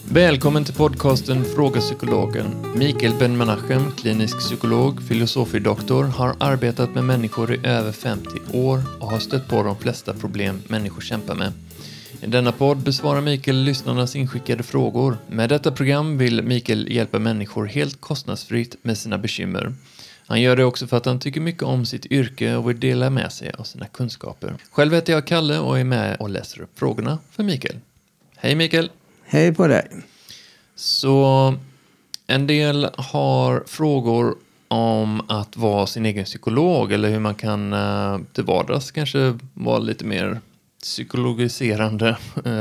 Välkommen till podcasten Fråga Psykologen. Mikael Ben-Menachem, klinisk psykolog, filosofidoktor, har arbetat med människor i över 50 år och har stött på de flesta problem människor kämpar med. I denna podd besvarar Mikael lyssnarnas inskickade frågor. Med detta program vill Mikael hjälpa människor helt kostnadsfritt med sina bekymmer. Han gör det också för att han tycker mycket om sitt yrke och vill dela med sig av sina kunskaper. Själv heter jag Kalle och är med och läser upp frågorna för Mikael. Hej Mikael! Hej på dig! Så en del har frågor om att vara sin egen psykolog eller hur man kan till vardags kanske vara lite mer psykologiserande.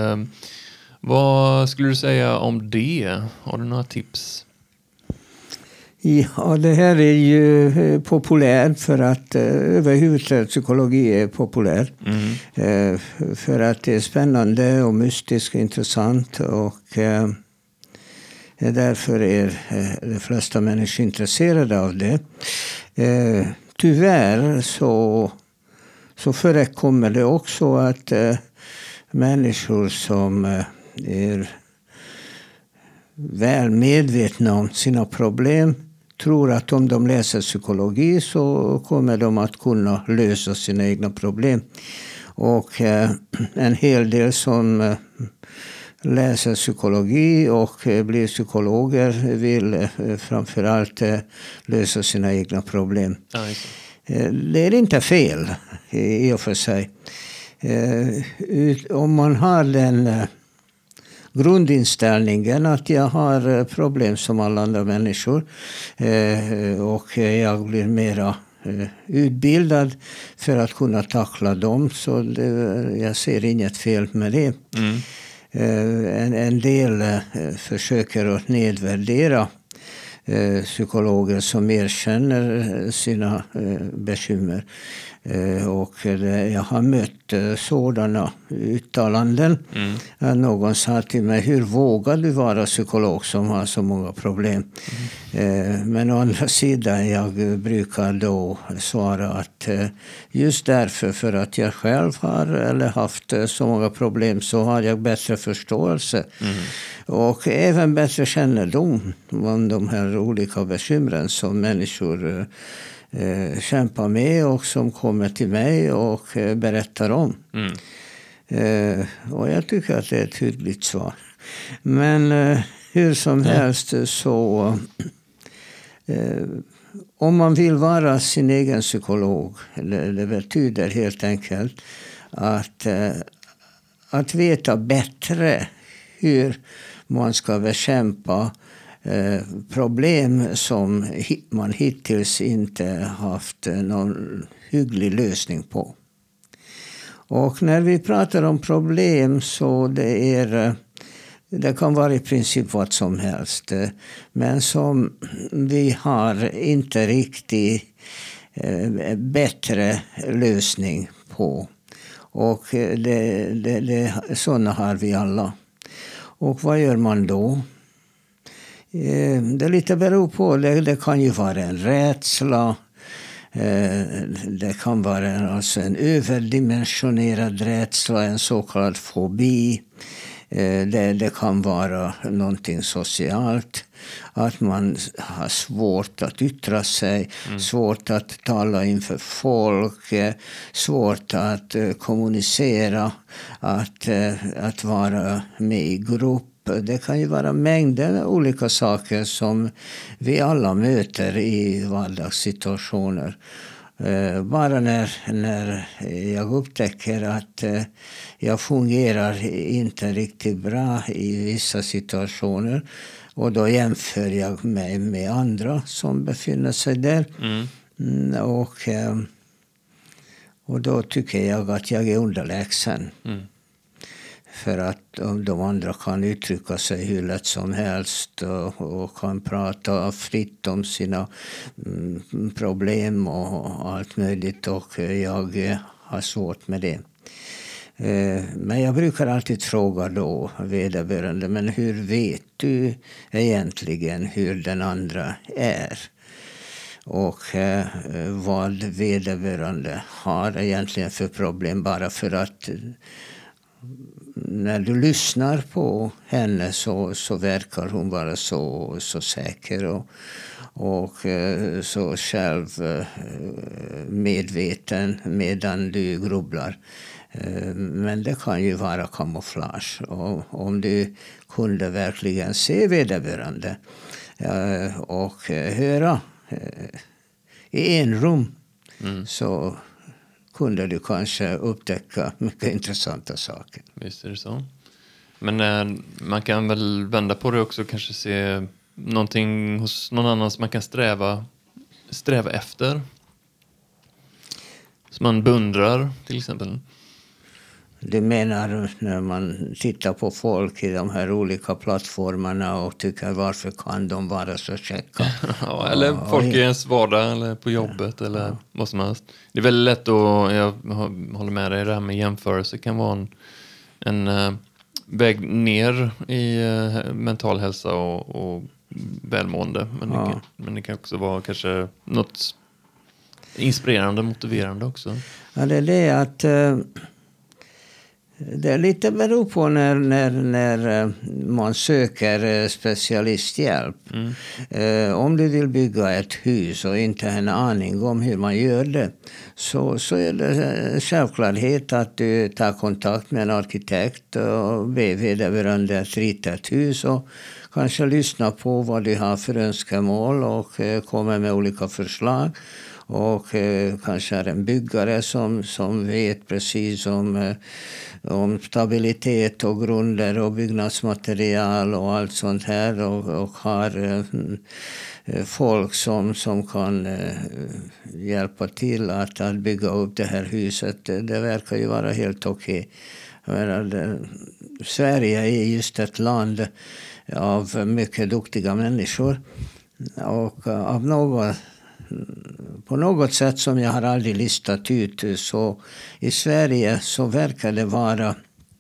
Vad skulle du säga om det? Har du några tips? Ja, det här är ju populärt för att överhuvudtaget psykologi är populär. För att det är spännande och mystiskt och intressant och därför är de flesta människor intresserade av det. Tyvärr så förekommer det också att människor som är väl medvetna om sina problem tror att om de läser psykologi så kommer de att kunna lösa sina egna problem. Och en hel del som läser psykologi och blir psykologer vill framförallt lösa sina egna problem. Det är inte fel i och för sig. Om man har den grundinställningen att jag har problem som alla andra människor och jag blir mera utbildad för att kunna tackla dem, så jag ser inget fel med det. En del försöker att nedvärdera psykologer som erkänner sina bekymmer. Och jag har mött sådana uttalanden. Någon sa till mig, hur vågar du vara psykolog som har så många problem? Men å andra sidan, jag brukar då svara att just därför, för att jag själv har eller haft så många problem, så har jag bättre förståelse. Och även bättre kännedom om de här olika bekymren som människor kämpar med och som kommer till mig och berättar om. Och jag tycker att det är ett tydligt svar. Men hur som helst så om man vill vara sin egen psykolog, det betyder helt enkelt att veta bättre hur man ska bekämpa problem som man hittills inte haft någon hygglig lösning på. Och när vi pratar om problem så det kan vara i princip vad som helst, men som vi har inte riktigt bättre lösning på. Och sådana har vi alla. Och vad gör man då? Det lite beror på. Det kan ju vara en rädsla. Det kan vara en överdimensionerad rädsla, en så kallad fobi. Det kan vara någonting socialt. Att man har svårt att yttra sig, svårt att tala inför folk, svårt att kommunicera, att vara med i grupp. Det kan ju vara mängder av olika saker som vi alla möter i vardagssituationer. Bara när jag upptäcker att jag fungerar inte riktigt bra i vissa situationer, och då jämför jag mig med andra som befinner sig där. Och då tycker jag att jag är underlägsen. För att om de andra kan uttrycka sig hur lätt som helst och kan prata fritt om sina problem och allt möjligt, och jag har svårt med det. Men jag brukar alltid fråga då vederbörande, men hur vet du egentligen hur den andra är? Och vad vederbörande har egentligen för problem, bara för att när du lyssnar på henne så verkar hon vara så säker och så självmedveten medan du grubblar. Men det kan ju vara kamouflage. Och om du kunde verkligen se vederbörande och höra i en rum så kunde du kanske upptäcka mycket intressanta saker. Visst är det så. Men man kan väl vända på det också, kanske se någonting hos någon annan som man kan sträva efter. Som man beundrar till exempel. Du menar när man tittar på folk i de här olika plattformarna och tycker varför kan de vara så käcka? Ja, eller folk i ens vardag eller på jobbet eller vad som helst. Det är väldigt lätt att, jag håller med dig, det här med jämförelse kan vara en väg ner i mental hälsa och välmående. Men det kan också vara kanske något inspirerande, motiverande också. Ja, det är det att det är lite beror på när man söker specialisthjälp. Om du vill bygga ett hus och inte har en aning om hur man gör det så är det självklarhet att du tar kontakt med en arkitekt och ber vederbörande att rita ett hus och kanske lyssna på vad du har för önskemål och kommer med olika förslag. Och kanske är en byggare som vet precis om stabilitet och grunder och byggnadsmaterial och allt sånt här. Och har folk som kan hjälpa till att bygga upp det här huset. Det verkar ju vara helt okej. Sverige är just ett land av mycket duktiga människor. Och på något sätt som jag har aldrig listat ut så i Sverige så verkar det vara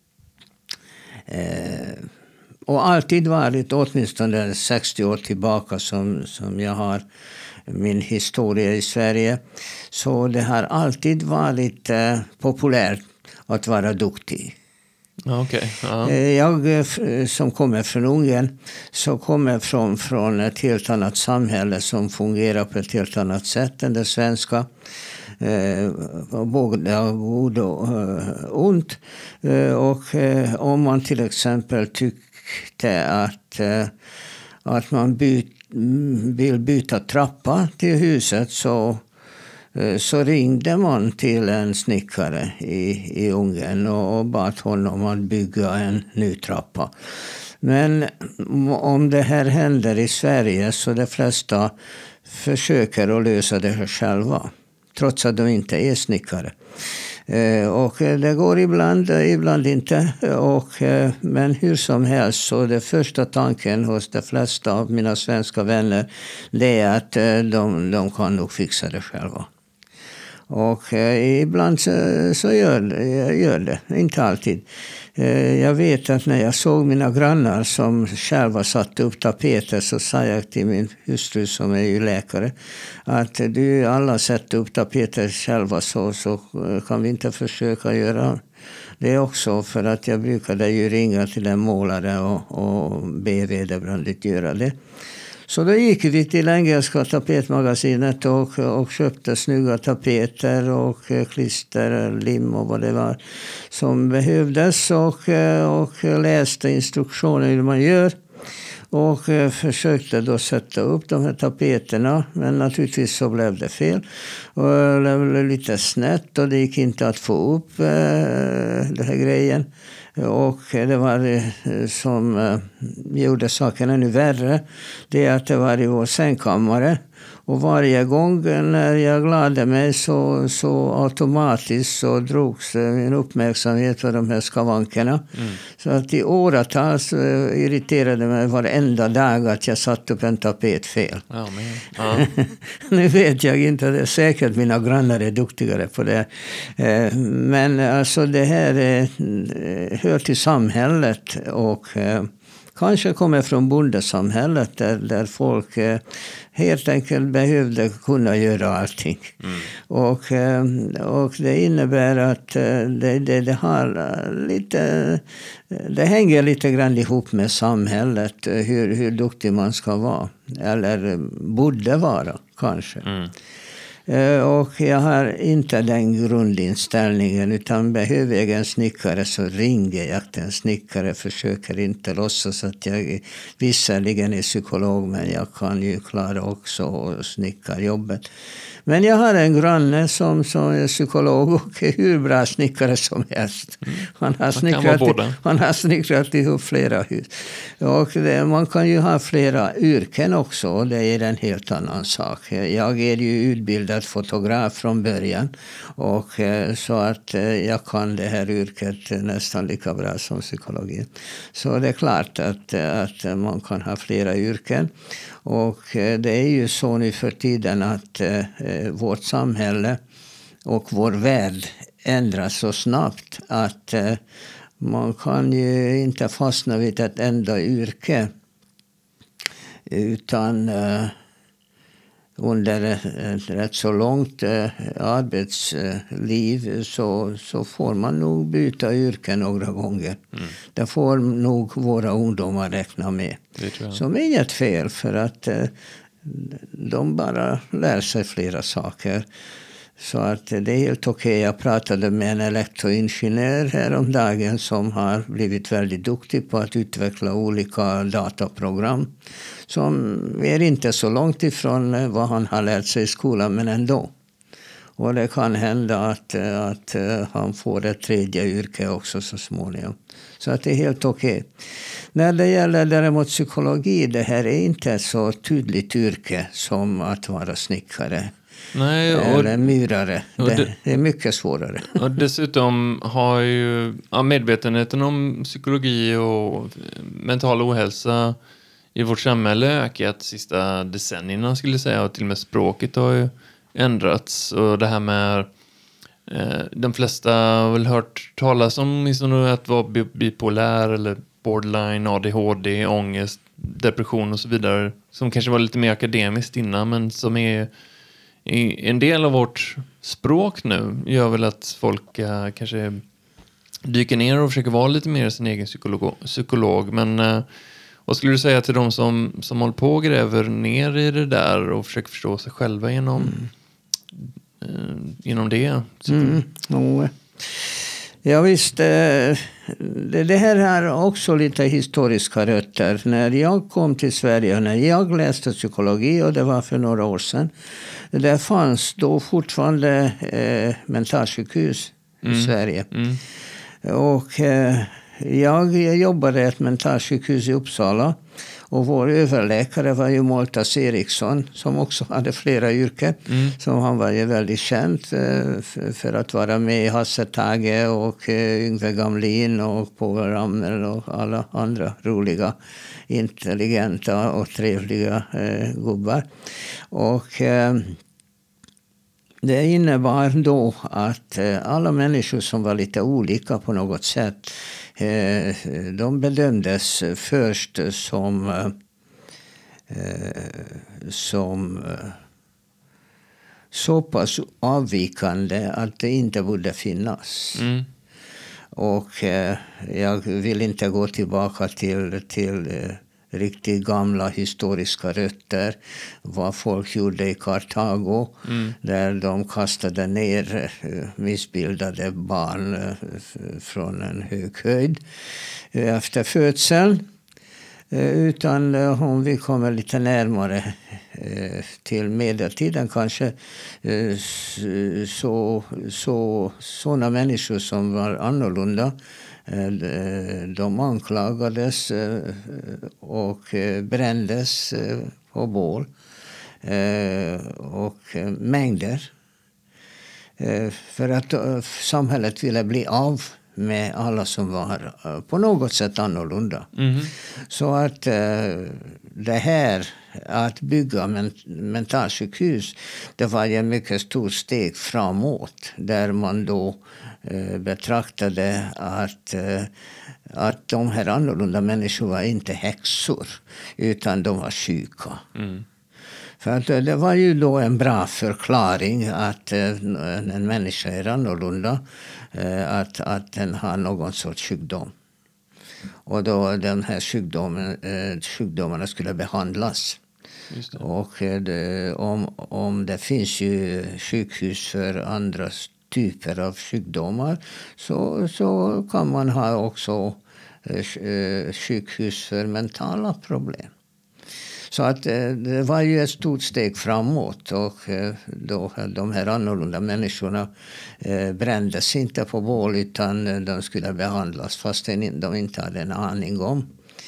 och alltid varit åtminstone 60 år tillbaka som jag har min historia i Sverige, så det har alltid varit populärt att vara duktig. Okay. Jag som kommer från Ungern så kommer från ett helt annat samhälle som fungerar på ett helt annat sätt än det svenska. Både av god och ont. Och om man till exempel tyckte att man vill byta trappa till huset så ringde man till en snickare i Ungern och bad honom att bygga en ny trappa. Men om det här händer i Sverige så de flesta försöker att lösa det här själva, trots att de inte är snickare. Och det går ibland inte. Men hur som helst så det första tanken hos de flesta av mina svenska vänner det är att de kan nog fixa det själva. Och ibland så gör det, inte alltid. Jag vet att när jag såg mina grannar som själva satte upp tapeter så sa jag till min hustru som är ju läkare att du alla sätter upp tapeter själva så kan vi inte försöka göra det också, för att jag brukade ju ringa till en målare och be vederbörande göra det. Så då gick vi till engelska tapetmagasinet och köpte snygga tapeter och klister, lim och vad det var som behövdes och läste instruktioner hur man gör. Och försökte då sätta upp de här tapeterna, men naturligtvis så blev det fel. Och det blev lite snett och det gick inte att få upp den här grejen. Och det var som gjorde saken ännu värre, det är att det var i vår sängkammare. Och varje gång när jag glade mig så automatiskt så drogs min uppmärksamhet för de här skavankerna. Så att i åratal så irriterade mig varenda dag att jag satt upp en tapet fel. Nu vet jag inte, det är säkert mina grannar är duktigare på det. Men alltså det här hör till samhället och kanske kommer från bondesamhället där folk helt enkelt behövde kunna göra allting. Och det innebär att det har lite, det hänger lite grann ihop med samhället, hur duktig man ska vara, eller borde vara kanske. Och jag har inte den grundinställningen, utan behöver jag en snickare så ringer jag till en snickare, försöker inte låtsas att jag visserligen är psykolog, men jag kan ju klara också snickarjobbet. Men jag har en granne som är psykolog och är hur bra snickare som helst. Han har snickrat ihop flera hus. Och man kan ju ha flera yrken också, och det är en helt annan sak. Jag är ju utbildad fotograf från början, och så att jag kan det här yrket nästan lika bra som psykologi. Så det är klart att man kan ha flera yrken. Och det är ju så nu för tiden att vårt samhälle och vår värld ändras så snabbt att man kan ju inte fastna vid ett enda yrke, utan under ett rätt så långt arbetsliv så får man nog byta yrke några gånger. Det får nog våra ungdomar räkna med. Som är inget fel, för att de bara lär sig flera saker. Så att det är helt okej. Jag pratade med en elektroingenjör häromdagen som har blivit väldigt duktig på att utveckla olika dataprogram. Som är inte så långt ifrån vad han har lärt sig i skolan, men ändå. Och det kan hända att han får ett tredje yrke också så småningom. Så att det är helt okej. När det gäller däremot psykologi, det här är inte ett så tydligt yrke som att vara snickare. Nej, eller myrare. Det är mycket svårare. Och dessutom har ju medvetenheten om psykologi och mental ohälsa i vårt samhälle ökat de sista decennierna, skulle jag säga. Och till och med språket har ju ändrats. Och det här med de flesta har väl hört talas om att vara bipolär eller borderline, ADHD, ångest, depression och så vidare. Som kanske var lite mer akademiskt innan, men som är en del av vårt språk nu, gör väl att folk kanske dyker ner och försöker vara lite mer sin egen psykolog. Men vad skulle du säga till de som håller på och gräver ner i det där och försöker förstå sig själva genom det? Ja visst, det här har också lite historiska rötter. När jag kom till Sverige, när jag läste psykologi, och det var för några år sedan, det fanns då fortfarande mentalsjukhus i Sverige. Och jag jobbade i ett mentalsjukhus i Uppsala. Och vår överläkare var ju Moltas Eriksson, som också hade flera yrken. Som han var ju väldigt känd för att vara med i Hasse Tage och Yngve Gamlin och Povel Ramel och alla andra roliga, intelligenta och trevliga gubbar. Och det innebar då att alla människor som var lite olika på något sätt, de bedömdes först som så pass avvikande att det inte borde finnas. Och jag vill inte gå tillbaka till riktigt gamla historiska rötter, vad folk gjorde i Kartago, där de kastade ner missbildade barn från en hög höjd efter födseln. Utan om vi kommer lite närmare till medeltiden kanske, sådana människor som var annorlunda, de anklagades och brändes på bål och mängder. För att samhället ville bli av med alla som var på något sätt annorlunda. Så att det här att bygga mentalsjukhus, det var ett mycket stort steg framåt, där man då betraktade att de här annorlunda människorna var inte häxor, utan de var sjuka. För att det var ju då en bra förklaring att en människa är annorlunda, att den har någon sorts sjukdom. Och då den här sjukdomarna skulle behandlas. Just det. Och om det finns ju sjukhus för andra typer av sjukdomar, så kan man ha också sjukhus för mentala problem. Så att det var ju ett stort steg framåt, och då de här annorlunda människorna brändes inte på bål, utan de skulle behandlas fast de inte hade en aning om.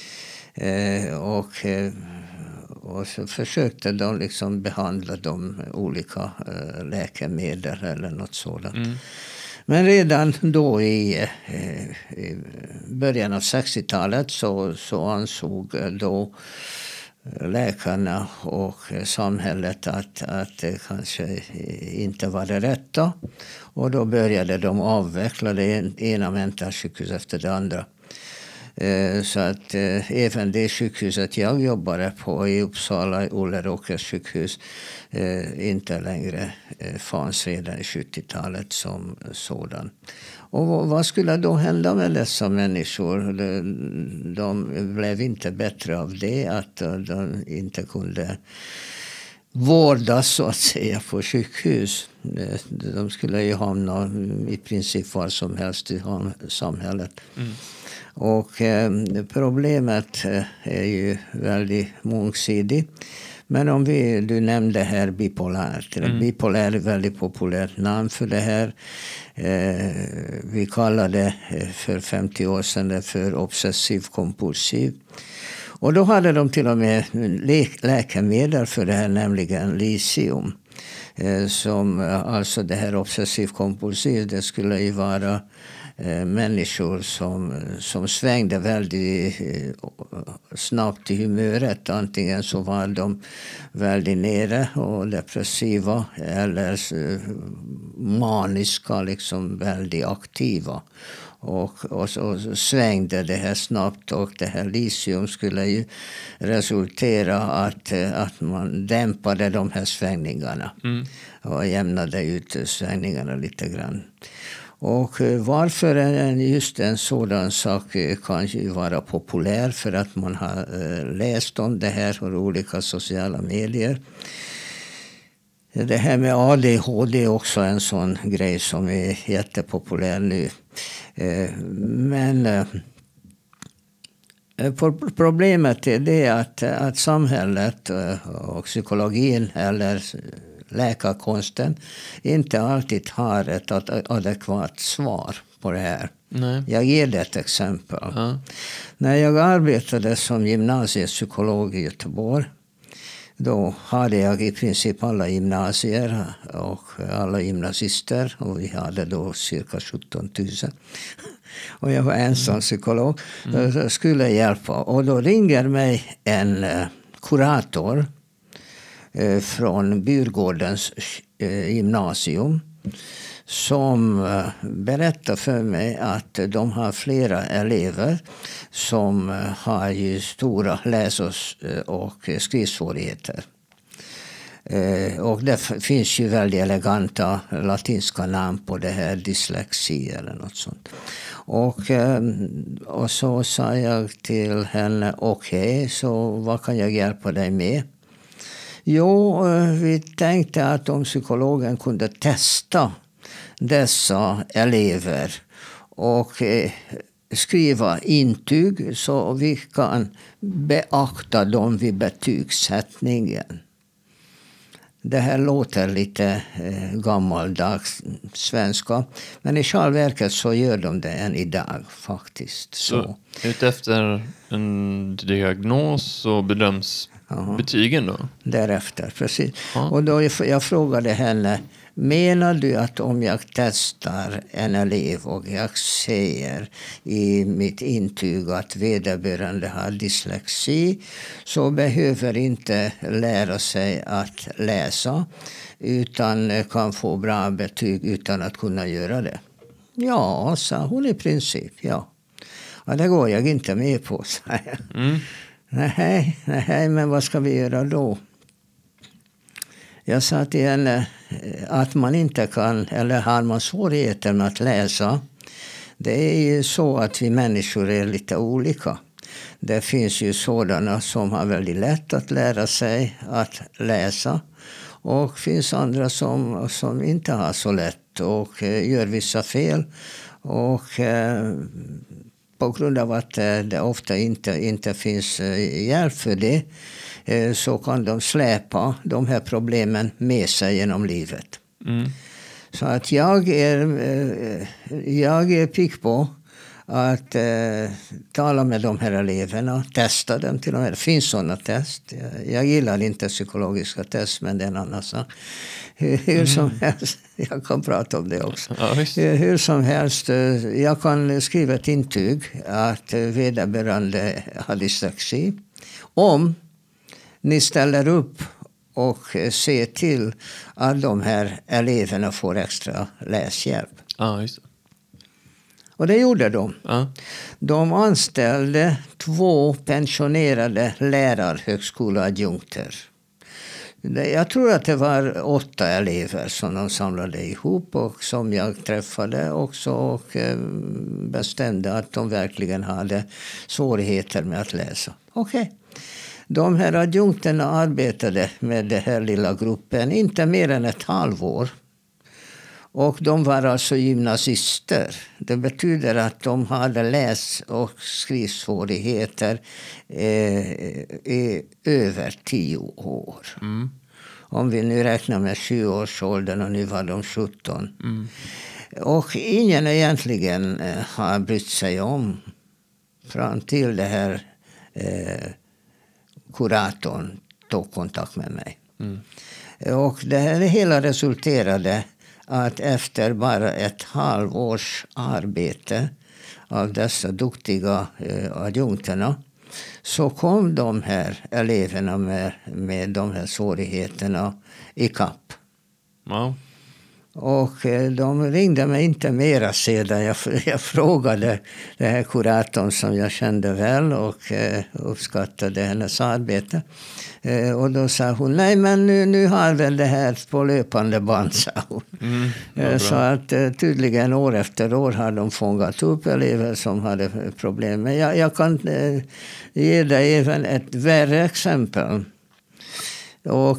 Och så försökte de liksom behandla de olika läkemedel eller något sådant. Men redan då i början av 60-talet så ansåg då läkarna och samhället att det kanske inte var det rätta. Och då började de avveckla det ena mentalsjukhus efter det andra. Så att även det sjukhuset jag jobbade på i Uppsala, Ulleråkers sjukhus, inte längre fanns redan i 70-talet som sådan. Och vad skulle då hända med dessa människor? De blev inte bättre av det, att de inte kunde vårdas så att säga på sjukhus. De skulle ju hamna i princip var som helst i samhället. Och problemet är ju väldigt mångsidigt. Men om du nämnde här bipolärt. Bipolär är ett väldigt populärt namn för det här. Vi kallade för 50 år sedan för obsessiv kompulsiv. Och då hade de till och med läkemedel för det här, nämligen litium. Som alltså det här obsessiv kompulsiv, det skulle ju vara människor som svängde väldigt snabbt i humöret. Antingen så var de väldigt nere och depressiva, eller maniska, liksom väldigt aktiva. Och så svängde det här snabbt, och det här litium skulle ju resultera att man dämpade de här svängningarna och jämnade ut svängningarna lite grann. Och varför just en sådan sak kan ju vara populär, för att man har läst om det här på olika sociala medier. Det här med ADHD är också en sån grej som är jättepopulär nu. Men problemet är det att samhället och psykologin eller läkarkonsten inte alltid har ett adekvat svar på det här. Nej. Jag ger det ett exempel. När jag arbetade som gymnasiepsykolog i Göteborg, då hade jag i princip alla gymnasier och alla gymnasister, och vi hade då cirka 17 000. Och jag var ensam psykolog, så skulle hjälpa. Och då ringer mig en kurator från Byrgårdens gymnasium, som berättar för mig att de har flera elever som har ju stora läs- och skrivsvårigheter. Och det finns ju väldigt eleganta latinska namn på det här, dyslexi eller något sånt. Och så sa jag till henne, okej, så vad kan jag hjälpa dig med? Jo, vi tänkte att om psykologen kunde testa dessa elever och skriva intyg, så vi kan beakta dem vid betygssättningen. Det här låter lite gammaldags svenska, men i själva verket så gör de det än idag faktiskt. Så utefter en diagnos så bedöms betygen då? Därefter, precis. Och då jag frågade henne, menar du att om jag testar en elev och jag säger i mitt intyg att vederbörande har dyslexi, så behöver inte lära sig att läsa, utan kan få bra betyg utan att kunna göra det? Ja, sa hon i princip, ja. Ja, det går jag inte med på, sa jag. Nej, men vad ska vi göra då? Jag sa till henne att man inte kan, eller har man svårigheter med att läsa. Det är ju så att vi människor är lite olika. Det finns ju sådana som har väldigt lätt att lära sig att läsa. Och finns andra som inte har så lätt och gör vissa fel. Och på grund av att det ofta inte finns hjälp för det, så kan de släpa de här problemen med sig genom livet. Så att jag är pigg på att tala med de här eleverna, testa dem till och med. Det finns sådana test. Jag gillar inte psykologiska test, men det är en annan sak. Hur som helst, jag kan prata om det också. Ja, hur som helst, jag kan skriva ett intyg att vederbörande har dyslexi. Om ni ställer upp och ser till att de här eleverna får extra läshjälp. Ja, just det. Och det gjorde de. Ja. De anställde 2 pensionerade lärarhögskoleadjunkter. Jag tror att det var 8 elever som de samlade ihop och som jag träffade också och bestämde att de verkligen hade svårigheter med att läsa. Okej. De här adjunkterna arbetade med den här lilla gruppen inte mer än ett halvår. Och de var alltså gymnasister. Det betyder att de hade läs- och skrivsvårigheter i över 10 år. Om vi nu räknar med 20-årsåldern och nu var de 17. Och ingen egentligen har brytt sig om fram till det här kuratorn tog kontakt med mig. Och det här hela resulterade att efter bara ett halvårs arbete av dessa duktiga adjunkterna så kom de här eleverna med de här svårigheterna i kapp. Wow. Och de ringde mig inte mera sedan. Jag frågade den här kuratorn som jag kände väl och uppskattade hennes arbete. Och då sa hon, nej men nu har väl det här på löpande band, sa hon. Så att tydligen år efter år har de fångat upp elever som hade problem. Men jag kan ge dig även ett värre exempel. Och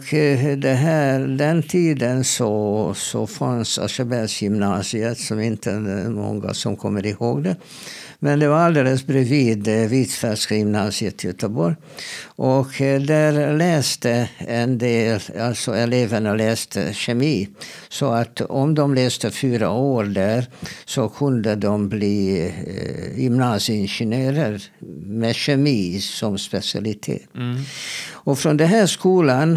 den tiden så fanns Aschebergsgymnasiet, som inte är många som kommer ihåg det. Men det var alldeles bredvid Hvitfeldtska gymnasiet i Göteborg. Och där läste en del, alltså eleverna läste kemi. Så att om de läste 4 år där så kunde de bli gymnasieingenjörer med kemi som specialitet. Och från den här skolan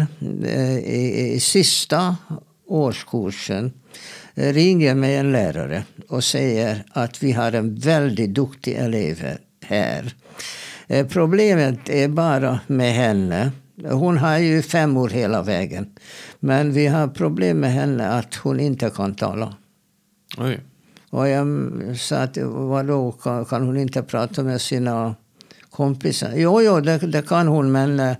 i sista årskursen ringer mig en lärare och säger att vi har en väldigt duktig elev här. Problemet är bara med henne. Hon har ju 5 år hela vägen. Men vi har problem med henne att hon inte kan tala. Oj. Och jag sa att vadå, kan hon inte prata med sina kompisar? Jo, det kan hon, men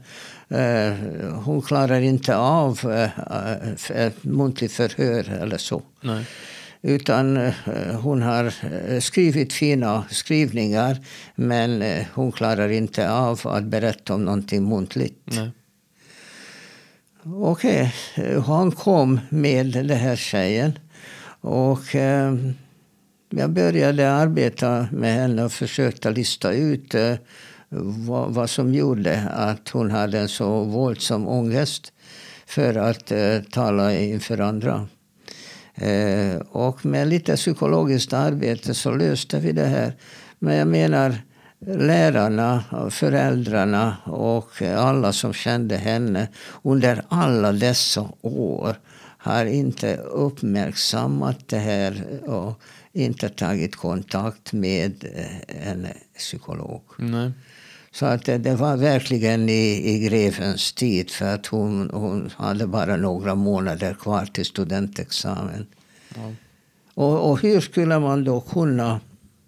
hon klarar inte av ett muntligt förhör eller så. Nej. Utan hon har skrivit fina skrivningar, men hon klarar inte av att berätta om någonting muntligt. Nej. Okej, han kom med den här tjejen och jag började arbeta med henne och försökte lista ut vad som gjorde att hon hade en så våldsam ångest för att tala inför andra. Och med lite psykologiskt arbete så löste vi det här. Men jag menar, lärarna, föräldrarna och alla som kände henne under alla dessa år har inte uppmärksammat det här och inte tagit kontakt med en psykolog. Nej. Så att det var verkligen i grevens tid, för att hon hade bara några månader kvar till studentexamen. Ja. Och hur skulle man då kunna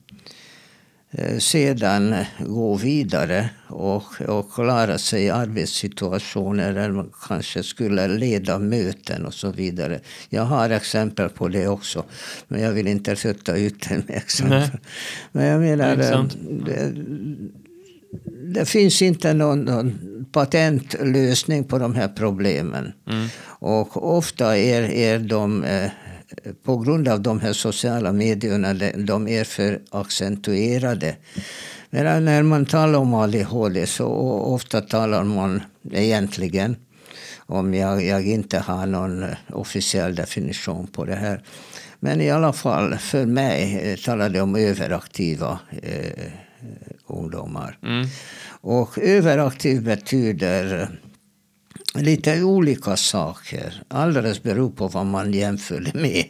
sedan gå vidare och klara sig i arbetssituationer där man kanske skulle leda möten och så vidare. Jag har exempel på det också, men jag vill inte trötta ut det med exempel. Nej. Men jag menar, det finns inte någon patentlösning på de här problemen. Och ofta är de på grund av de här sociala medierna, de är för accentuerade. Men när man talar om ADHD så ofta talar man egentligen, om jag inte har någon officiell definition på det här. Men i alla fall för mig talar det om överaktiva ungdomar. Och överaktiv betyder lite olika saker. Alldeles beror på vad man jämför det med.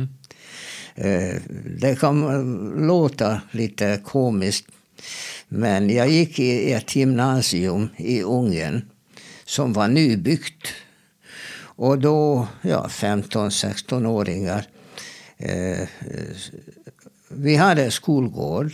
Det kan låta lite komiskt. Men jag gick i ett gymnasium i Ungern som var nybyggt. Och då, 15-16-åringar. Vi hade skolgård.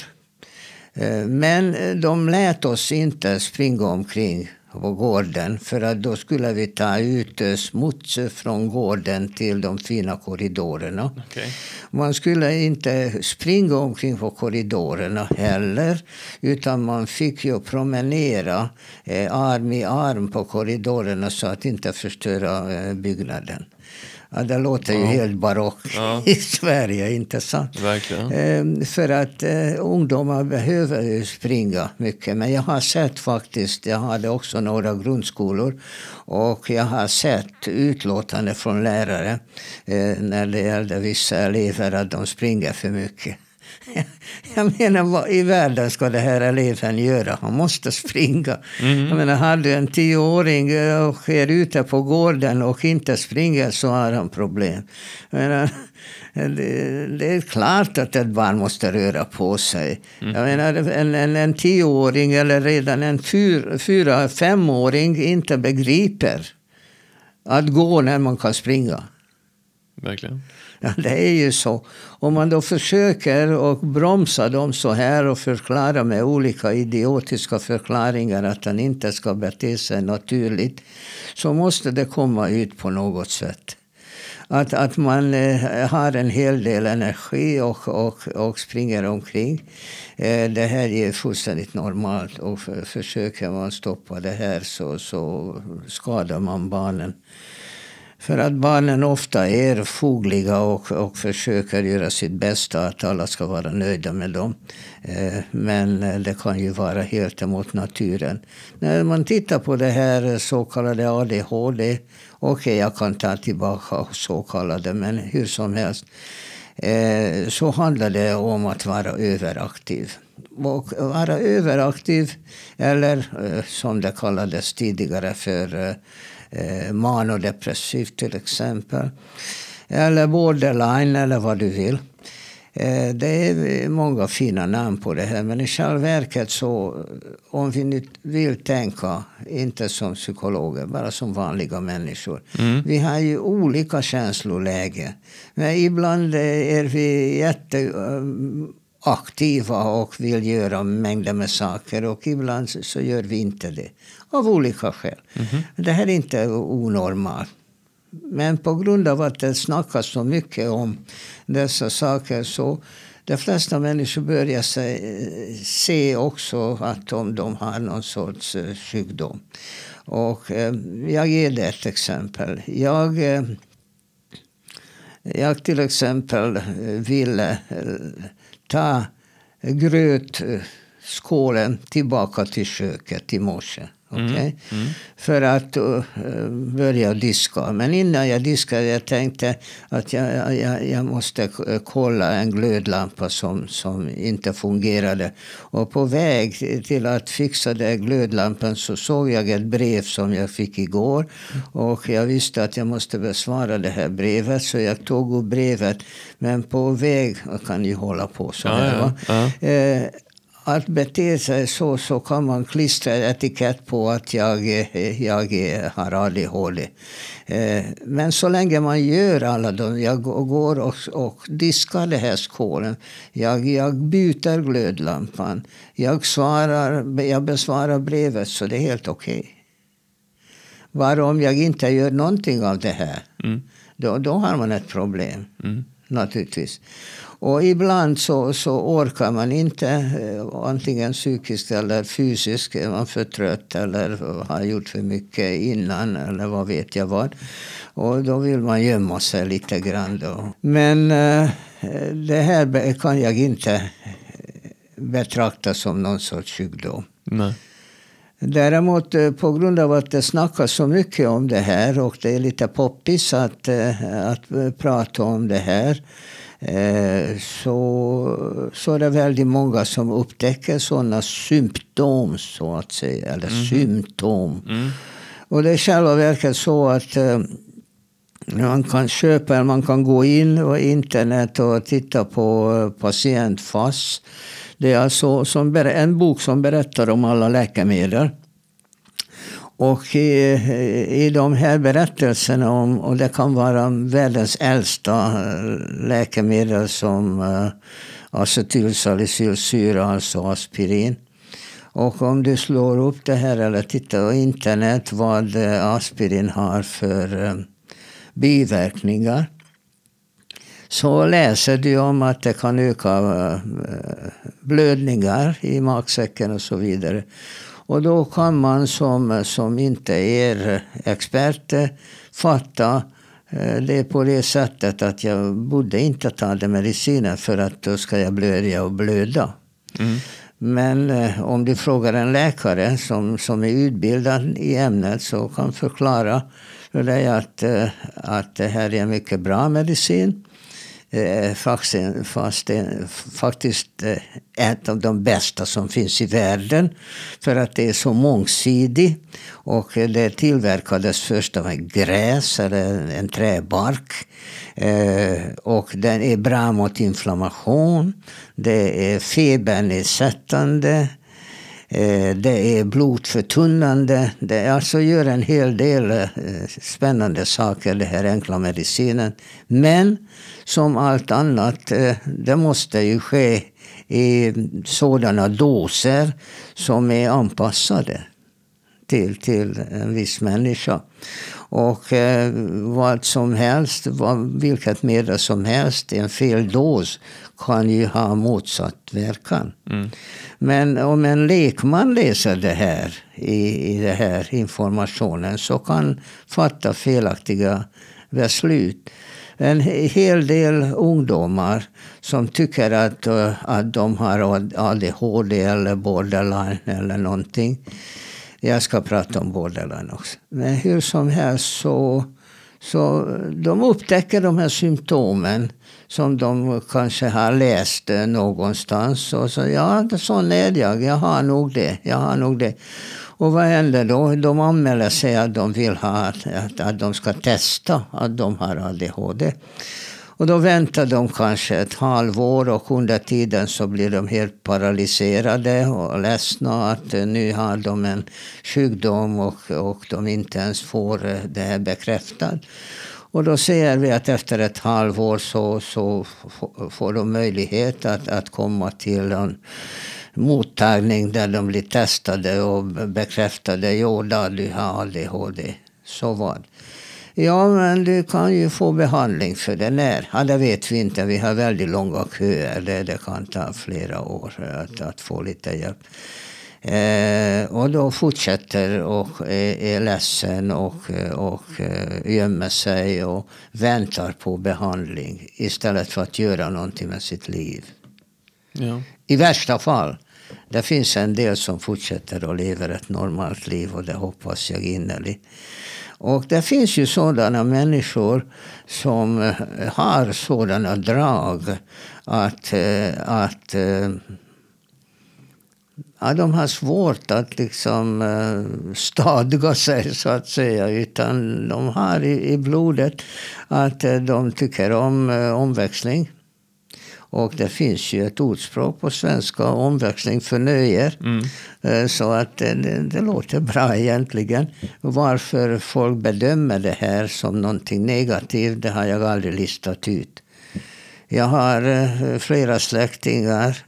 Men de lät oss inte springa omkring på gården, för att då skulle vi ta ut smuts från gården till de fina korridorerna. Okay. Man skulle inte springa omkring på korridorerna heller, utan man fick ju promenera arm i arm på korridorerna så att inte förstöra byggnaden. Ja, det låter ju helt barock i Sverige, inte sant? Verkligen. För att ungdomar behöver ju springa mycket. Men jag har sett faktiskt, jag hade också några grundskolor. Och jag har sett utlåtande från lärare när det gällde vissa elever att de springer för mycket. Jag menar, vad i världen ska det här eleven göra? Han måste springa. Jag menar, hade en 10-åring och är ute på gården och inte springer, så har han problem. Jag menar, det är klart att ett barn måste röra på sig. Jag menar, en 10-åring eller redan en 4-5-åring inte begriper att gå när man kan springa. Verkligen. Ja, det är ju så. Om man då försöker och bromsa dem så här och förklara med olika idiotiska förklaringar att han inte ska bete sig naturligt, så måste det komma ut på något sätt. Att man har en hel del energi och springer omkring. Det här är fullständigt normalt, och försöker man stoppa det här så skadar man barnen. För att barnen ofta är fogliga och försöker göra sitt bästa att alla ska vara nöjda med dem. Men det kan ju vara helt emot naturen. När man tittar på det här så kallade ADHD, jag kan ta tillbaka så kallade, men hur som helst, så handlar det om att vara överaktiv. Och vara överaktiv, eller som det kallades tidigare för manodepressiv till exempel, eller borderline, eller vad du vill. Det är många fina namn på det här, men i själva verket så, om vi nu vill tänka inte som psykologer, bara som vanliga människor. Vi har ju olika känsloläge, men ibland är vi jätteaktiva och vill göra mängder med saker, och ibland så gör vi inte det av olika skäl. Det här är inte onormalt. Men på grund av att det snackas så mycket om dessa saker, så de flesta människor börjar se också att de har någon sorts sjukdom. Och jag ger det ett exempel. Jag till exempel ville ta grötskålen tillbaka till köket i morse. För att börja diska. Men innan jag diskade, jag tänkte att jag måste kolla en glödlampa som inte fungerade. Och på väg till att fixa den glödlampan så såg jag ett brev som jag fick igår. Och jag visste att jag måste besvara det här brevet, så jag tog upp brevet. Men på väg, jag kan ju hålla på så här, att bete sig så kan man klistra etikett på att jag har ADHD. Men så länge man gör alla dem, jag går och diskar det här skålen, jag byter glödlampan, jag besvarar brevet, så det är helt okej. Bara om jag inte gör någonting av det här, då har man ett problem, naturligtvis. Och ibland så orkar man inte, antingen psykiskt eller fysiskt, är man för trött eller har gjort för mycket innan eller vad vet jag vad. Och då vill man gömma sig lite grann då. Men det här kan jag inte betrakta som någon sorts sjukdom. Nej. Däremot på grund av att det snackas så mycket om det här och det är lite poppis att prata om det här, så är det väldigt många som upptäcker sådana symptom, så att säga, eller symptom. Och det är själva verket så att man kan köpa, eller man kan gå in på internet och titta på Patient-FASS. Det är alltså en bok som berättar om alla läkemedel. Och i de här berättelserna och det kan vara världens äldsta läkemedel som acetylsalicylsyra, alltså aspirin. Och om du slår upp det här eller tittar på internet vad aspirin har för biverkningar, så läser du om att det kan öka blödningar i magsäcken och så vidare. Och då kan man som inte är expert fatta det på det sättet att jag borde inte ta den medicinen för att då ska jag börja och blöda. Men om du frågar en läkare som är utbildad i ämnet, så kan förklara för dig att det här är en mycket bra medicin. Faktiskt ett av de bästa som finns i världen, för att det är så mångsidig, och det tillverkades först av en gräs eller en träbark, och den är bra mot inflammation, det är febernedsättande, det är blodförtunnande, det alltså gör en hel del spännande saker, det här enkla medicinen. Men som allt annat, det måste ju ske i sådana doser som är anpassade till en viss människa. Och vad som helst, vilket medel som helst, en fel dos kan ju ha motsatt verkan. Men om en lekman läser det här i den här informationen, så kan fatta felaktiga beslut. En hel del ungdomar som tycker att de har ADHD eller borderline eller någonting. Jag ska prata om borderline också. Men hur som helst så de upptäcker de här symptomen som de kanske har läst någonstans. Och så sån är jag har nog det. Och vad händer då? De anmäler sig att de vill ha att de ska testa att de har ADHD. Och då väntar de kanske ett halvår, och under tiden så blir de helt paralyserade och ledsna att nu har de en sjukdom och de inte ens får det här bekräftat. Och då ser vi att efter ett halvår så får de möjlighet att komma till en mottagning där de blir testade och bekräftade. Jo, du har ADHD. Så vad? Ja, men du kan ju få behandling för det. När? Ja, det vet vi inte. Vi har väldigt långa köer. Det kan ta flera år att få lite hjälp. Och då fortsätter och är ledsen och gömmer sig och väntar på behandling istället för att göra någonting med sitt liv. Ja. I värsta fall. Det finns en del som fortsätter och lever ett normalt liv, och det hoppas jag innerligt. Och det finns ju sådana människor som har sådana drag att de har svårt att liksom stadga sig, så att säga, utan de har i blodet att de tycker om omväxling. Och det finns ju ett ordspråk på svenska, omväxling förnöjer. Så att det låter bra egentligen. Varför folk bedömer det här som någonting negativt, det har jag aldrig listat ut. Jag har flera släktingar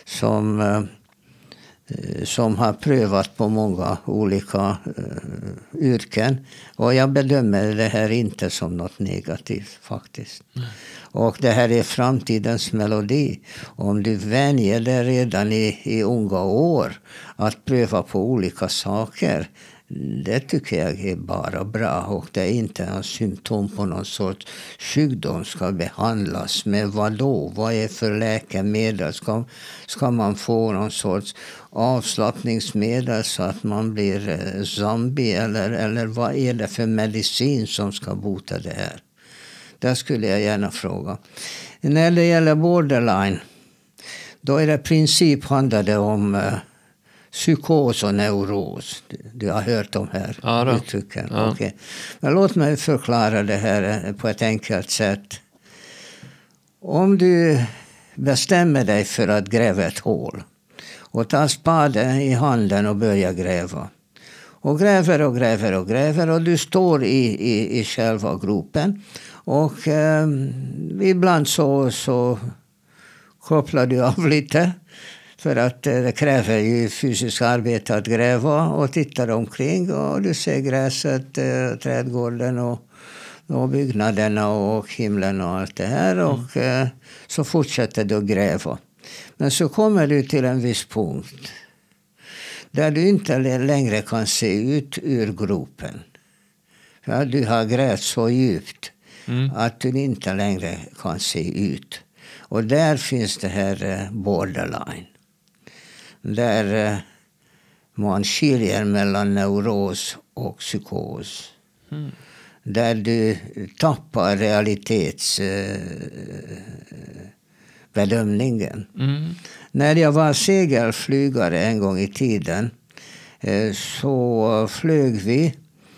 som har prövat på många olika yrken. Och jag bedömer det här inte som något negativt faktiskt. Och det här är framtidens melodi. Om du vänjer dig redan i unga år att pröva på olika saker, det tycker jag är bara bra. Och det är inte en symptom på någon sorts sjukdom ska behandlas med vadå? Vad är för läkemedel? Ska man få någon sorts avslappningsmedel så att man blir zombie? Eller vad är det för medicin som ska bota det här? Där skulle jag gärna fråga. När det gäller borderline, då är det princip handlade om psykos och neuros. Du har hört de här uttrycken. Ja. Okay. Men låt mig förklara det här på ett enkelt sätt. Om du bestämmer dig för att gräva ett hål och tar spaden i handen och börjar gräva. Och gräver och du står i själva gropen. Och ibland så kopplar du av lite. För att det kräver ju fysiskt arbete att gräva och titta omkring. Och du ser gräset, trädgården och byggnaderna och himlen och allt det här. Och så fortsätter du att gräva. Men så kommer du till en viss punkt. Där du inte längre kan se ut ur gropen. För du har grävt så djupt att du inte längre kan se ut. Och där finns det här borderline. Där man skiljer mellan neuros och psykos. Där du tappar realitetsbedömningen. När jag var segelflygare en gång i tiden så flög vi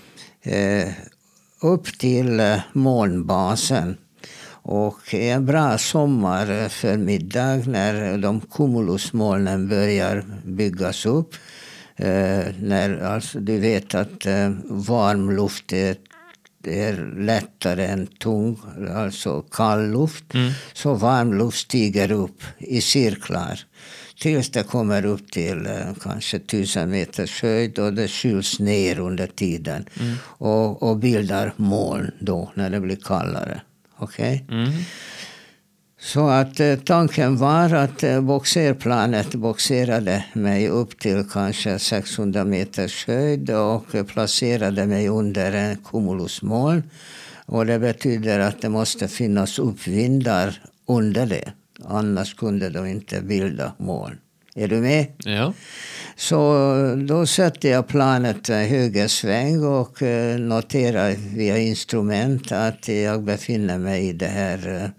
upp till molnbasen. Och en bra sommarförmiddag när de cumulusmolnen börjar byggas upp. Alltså, du vet att varm luft är lättare än tung, alltså kall luft. Så varm luft stiger upp i cirklar. Tills det kommer upp till kanske 1000 meters höjd och det kyls ner under tiden. Och bildar moln då när det blir kallare. Okej? Så att tanken var att boxerplanet boxerade mig upp till kanske 600 meters höjd och placerade mig under en cumulusmoln. Och det betyder att det måste finnas uppvindar under det. Annars kunde de inte bilda moln. Är du med? Ja. Så då sätter jag planet högersväng och noterar via instrument att jag befinner mig i det här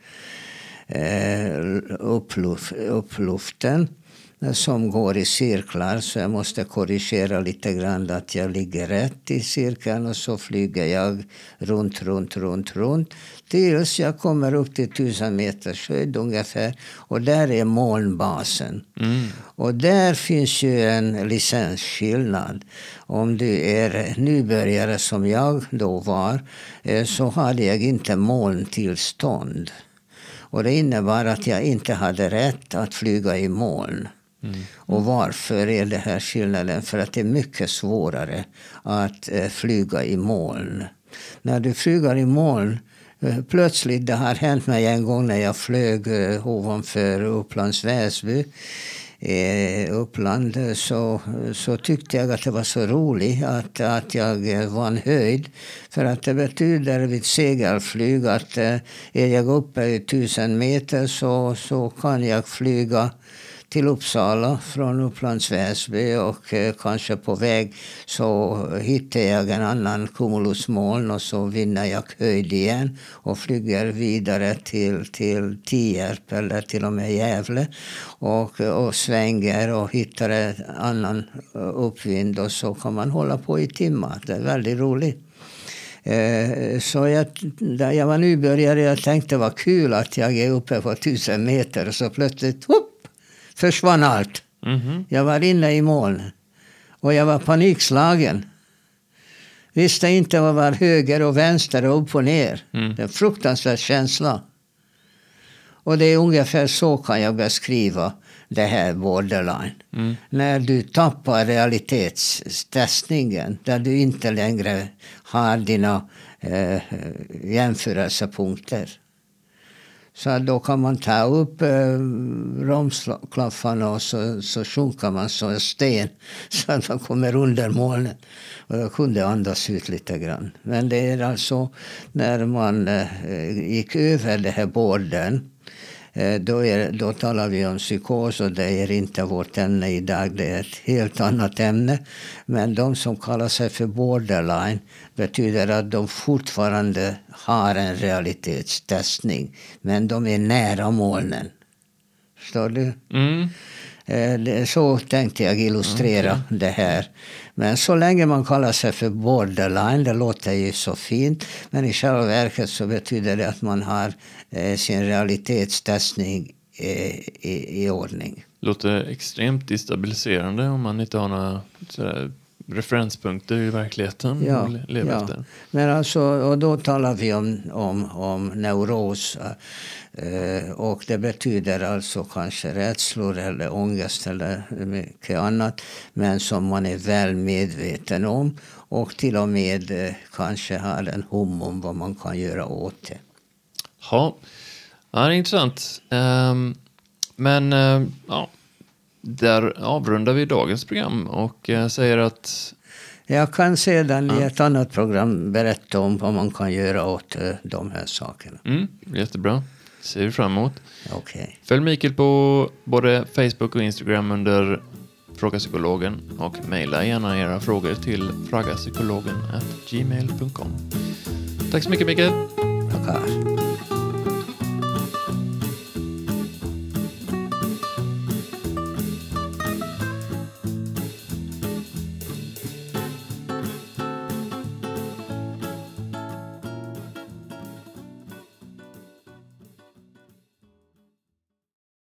uppluften som går i cirklar. Så jag måste korrigera lite grann att jag ligger rätt i cirkeln och så flyger jag runt tills jag kommer upp till 1000 meters höjd ungefär. Och där är molnbasen. Och där finns ju en licensskillnad. Om du är nybörjare som jag då var så hade jag inte molntillstånd. Och det innebar att jag inte hade rätt att flyga i moln. Och varför är det här skillnaden? För att det är mycket svårare att flyga i moln. När du flyger i moln, plötsligt, det har hänt mig en gång när jag flög ovanför Upplands Väsby. Uppland så tyckte jag att det var så roligt att jag vann höjd. För att det betyder vid segelflyg att är jag uppe i 1000 meter så kan jag flyga till Uppsala från Upplands Väsby och kanske på väg så hittar jag en annan cumulusmoln och så vinner jag höjd igen och flyger vidare till Tierp eller till och med Gävle och svänger och hittar en annan uppvind och så kan man hålla på i timmar. Det är väldigt roligt. Så när jag var nybörjare, jag tänkte det var kul att jag är uppe på 1000 meter och så plötsligt försvann allt. Jag var inne i moln och jag var panikslagen. Visste inte vad var höger och vänster och upp och ner. Det är en fruktansvärd känsla. Och det är ungefär så kan jag beskriva det här borderline. När du tappar realitetstestningen, där du inte längre har dina jämförelsepunkter. Så då kan man ta upp bromsklaffarna och så sjunker man som en sten så att man kommer under molnen. Och jag kunde andas ut lite grann. Men det är alltså när man gick över det här borden, då talar vi om psykos och det är inte vårt ämne idag, det är ett helt annat ämne. Men de som kallar sig för borderline betyder att de fortfarande har en realitetstestning, men de är nära molnen. Förstår du? Så tänkte jag illustrera det här. Men så länge man kallar sig för borderline, det låter ju så fint, men i själva verket så betyder det att man har sin realitetstestning i ordning. Låter extremt destabiliserande om man inte har några referenspunkter i verkligheten att leva efter. Men alltså, och då talar vi om neuros. Och det betyder alltså kanske rädslor eller ångest eller mycket annat. Men som man är väl medveten om. Och till och med kanske har en hum om vad man kan göra åt det. Ja, det är intressant. Men där avrundar vi dagens program och säger att... Jag kan sedan i ett annat program berätta om vad man kan göra åt de här sakerna. Jättebra. Ser vi fram emot. Okay. Följ Mikael på både Facebook och Instagram under Fråga Psykologen och mejla gärna era frågor till fragapsykologen@gmail.com. Tack så mycket, Mikael. Tackar.